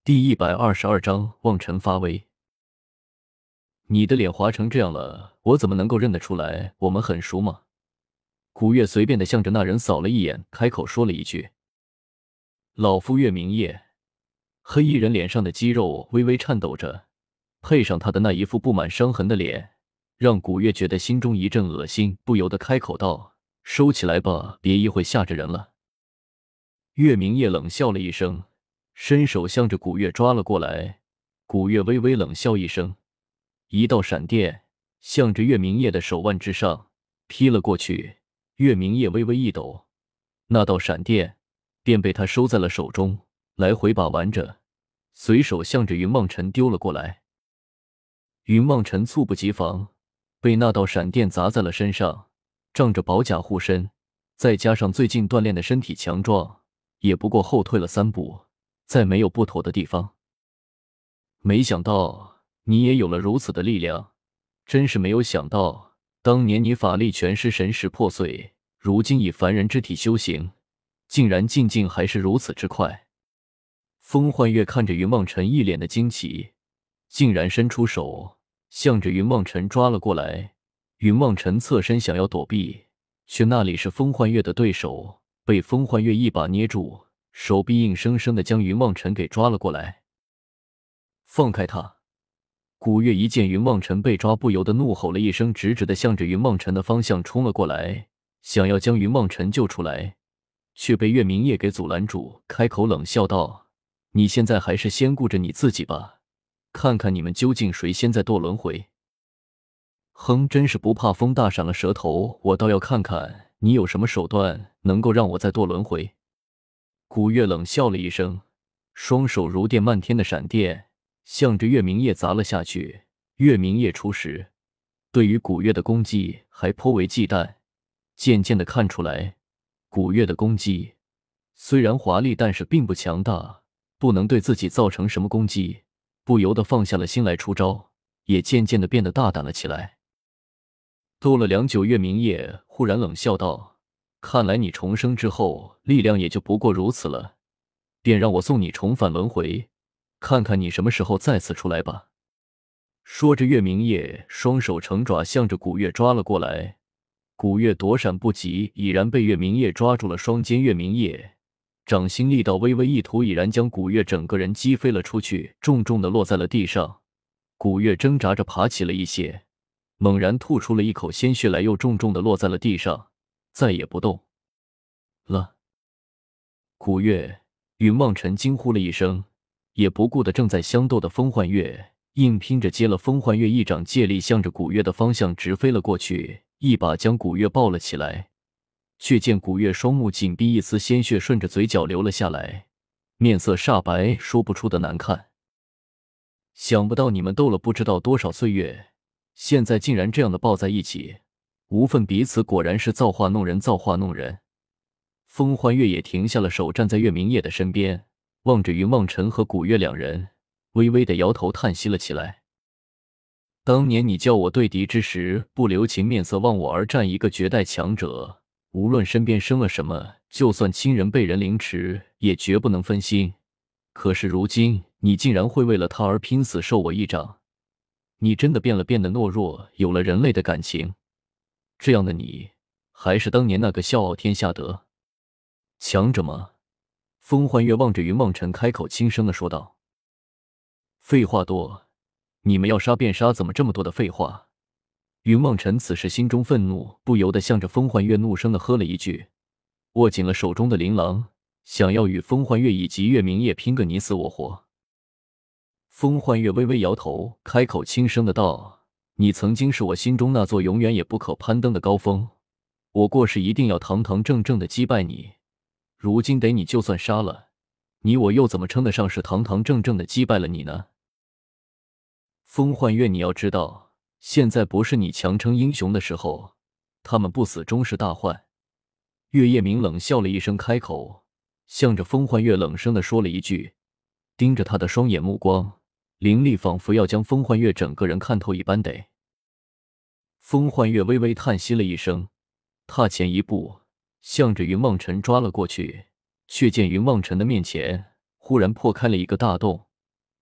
第122章望尘发威。你的脸划成这样了，我怎么能够认得出来？我们很熟吗？古月随便的向着那人扫了一眼，开口说了一句：“老夫月明夜。”黑衣人脸上的肌肉微微颤抖着，配上他的那一副布满伤痕的脸，让古月觉得心中一阵恶心，不由得开口道：“收起来吧，别一会吓着人了。”月明夜冷笑了一声，伸手向着古月抓了过来。古月微微冷笑一声，一道闪电向着月明夜的手腕之上劈了过去。月明夜微微一抖，那道闪电便被他收在了手中，来回把玩着，随手向着云望尘丢了过来。云望尘猝不及防，被那道闪电砸在了身上，仗着宝甲护身，再加上最近锻炼的身体强壮，也不过后退了3步，再没有不妥的地方。没想到你也有了如此的力量，真是没有想到，当年你法力全失，神识破碎，如今以凡人之体修行，竟然进境还是如此之快。风幻月看着云望尘一脸的惊奇，竟然伸出手向着云望尘抓了过来。云望尘侧身想要躲避，却那里是风幻月的对手，被风幻月一把捏住，手臂硬生生的将云望尘给抓了过来。放开他！古月一见云望尘被抓，不由得怒吼了一声，直直的向着云望尘的方向冲了过来，想要将云望尘救出来，却被月明夜给阻拦住，开口冷笑道：“你现在还是先顾着你自己吧，看看你们究竟谁先在堕轮回。”哼，真是不怕风大闪了舌头，我倒要看看你有什么手段能够让我再堕轮回。古月冷笑了一声，双手如电漫天的闪电向着月明夜砸了下去。月明夜初时对于古月的攻击还颇为忌惮，渐渐的看出来，古月的攻击虽然华丽，但是并不强大，不能对自己造成什么攻击，不由得放下了心来出招，也渐渐的变得大胆了起来。斗了良久，月明夜忽然冷笑道：“看来你重生之后力量也就不过如此了，便让我送你重返轮回，看看你什么时候再次出来吧。”说着，月明夜双手成爪向着古月抓了过来。古月躲闪不及，已然被月明夜抓住了双肩。月明夜掌心力道微微一吐，已然将古月整个人击飞了出去，重重的落在了地上。古月挣扎着爬起了一些，猛然吐出了一口鲜血来，又重重的落在了地上，再也不动了。古月，云望尘惊呼了一声，也不顾的正在相斗的风幻月，硬拼着接了风幻月一掌，借力向着古月的方向直飞了过去，一把将古月抱了起来。却见古月双目紧闭，一丝鲜血顺着嘴角流了下来，面色煞白，说不出的难看。想不到你们斗了不知道多少岁月，现在竟然这样的抱在一起，无分彼此，果然是造化弄人，造化弄人。风幻月也停下了手，站在月明夜的身边，望着云望尘和古月两人，微微的摇头叹息了起来。当年你叫我对敌之时，不留情面色，望我而战，一个绝代强者，无论身边生了什么，就算亲人被人凌迟，也绝不能分心。可是如今，你竟然会为了他而拼死受我一掌，你真的变了，变得懦弱，有了人类的感情。这样的你，还是当年那个笑傲天下的强者吗？风幻月望着云望尘，开口轻声的说道：“废话多，你们要杀便杀，怎么这么多的废话？”云望尘此时心中愤怒，不由得向着风幻月怒声的喝了一句，握紧了手中的琳琅，想要与风幻月以及月明夜拼个你死我活。风幻月微微摇头，开口轻声的道：“你曾经是我心中那座永远也不可攀登的高峰，我过是一定要堂堂正正的击败你。如今得你就算杀了你，我又怎么称得上是堂堂正正的击败了你呢？”风幻月，你要知道，现在不是你强称英雄的时候，他们不死终是大患。月夜明冷笑了一声，开口向着风幻月冷声的说了一句，盯着他的双眼目光凌厉，仿佛要将风幻月整个人看透一般得。风幻月微微叹息了一声，踏前一步向着云望尘抓了过去，却见云望尘的面前忽然破开了一个大洞，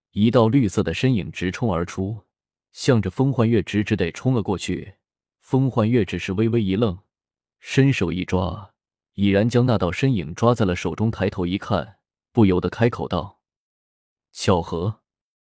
一道绿色的身影直冲而出，向着风幻月直直地冲了过去。风幻月只是微微一愣，伸手一抓，已然将那道身影抓在了手中。抬头一看，不由得开口道：“巧合。”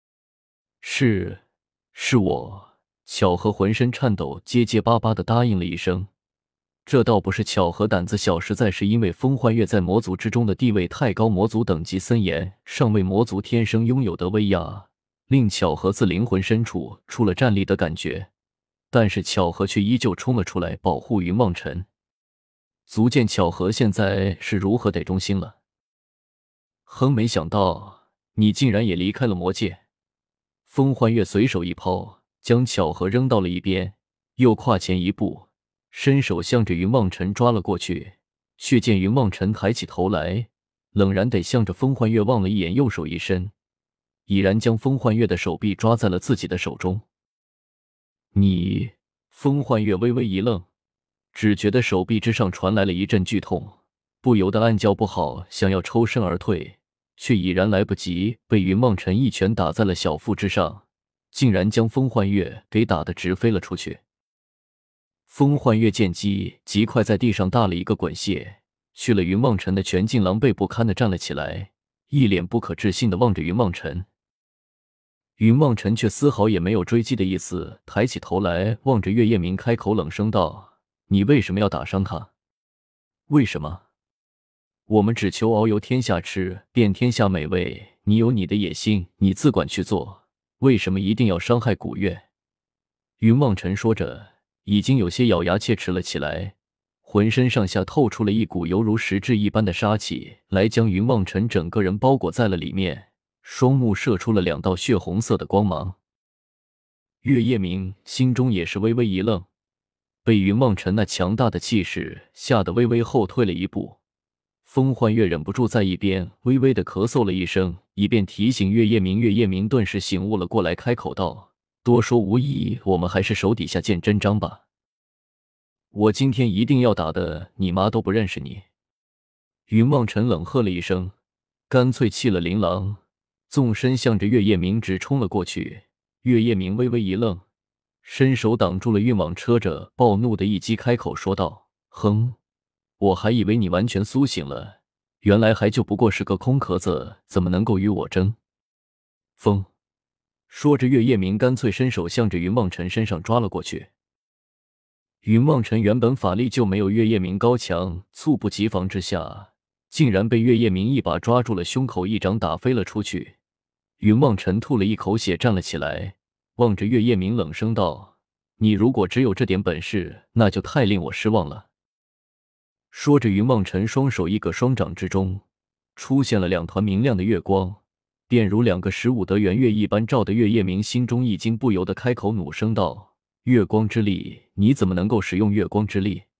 是我。巧合浑身颤抖，结结巴巴地答应了一声。这倒不是巧合胆子小，实在是因为风幻月在魔族之中的地位太高，魔族等级森严，上位魔族天生拥有的威压，令巧合自灵魂深处出了战栗的感觉。但是巧合却依旧冲了出来，保护云望尘，足见巧合现在是如何得忠心了。哼，没想到你竟然也离开了魔界。风幻月随手一抛，将巧合扔到了一边，又跨前一步，伸手向着云望尘抓了过去。却见云望尘抬起头来，冷然地向着风幻月望了一眼，右手一伸，已然将风幻月的手臂抓在了自己的手中。你……风幻月微微一愣，只觉得手臂之上传来了一阵剧痛，不由得暗叫不好，想要抽身而退，却已然来不及，被云望尘一拳打在了小腹之上，竟然将风幻月给打得直飞了出去。风幻月见机，极快在地上大了一个滚屑，去了云望尘的拳，竟狼狈不堪地站了起来，一脸不可置信地望着云望尘。云望尘却丝毫也没有追击的意思，抬起头来望着月夜明，开口冷声道：“你为什么要打伤他？为什么？我们只求遨游天下，吃遍天下美味，你有你的野心，你自管去做，为什么一定要伤害古月？”云望尘说着，已经有些咬牙切齿了起来，浑身上下透出了一股犹如实质一般的杀气来，将云望尘整个人包裹在了里面。双目射出了两道血红色的光芒。月夜明心中也是微微一愣，被云望尘那强大的气势吓得微微后退了一步。风幻月忍不住在一边微微的咳嗽了一声，以便提醒月夜明。月夜明顿时醒悟了过来，开口道：“多说无益，我们还是手底下见真章吧。我今天一定要打的你妈都不认识你。”云望尘冷喝了一声，干脆弃了琳琅，纵身向着月夜明直冲了过去。月夜明微微一愣，伸手挡住了运网车，着暴怒的一击，开口说道：“哼，我还以为你完全苏醒了，原来还就不过是个空壳子，怎么能够与我争？”风说着，月夜明干脆伸手向着云望尘身上抓了过去。云望尘原本法力就没有月夜明高强，猝不及防之下，竟然被月夜明一把抓住了胸口，一掌打飞了出去。云望尘吐了一口血，站了起来，望着月夜明冷声道：“你如果只有这点本事，那就太令我失望了。”说着，云望尘双手一个双掌之中，出现了两团明亮的月光，便如两个15得圆月一般，照得月夜明心中一惊，不由得开口怒声道：“月光之力，你怎么能够使用月光之力？”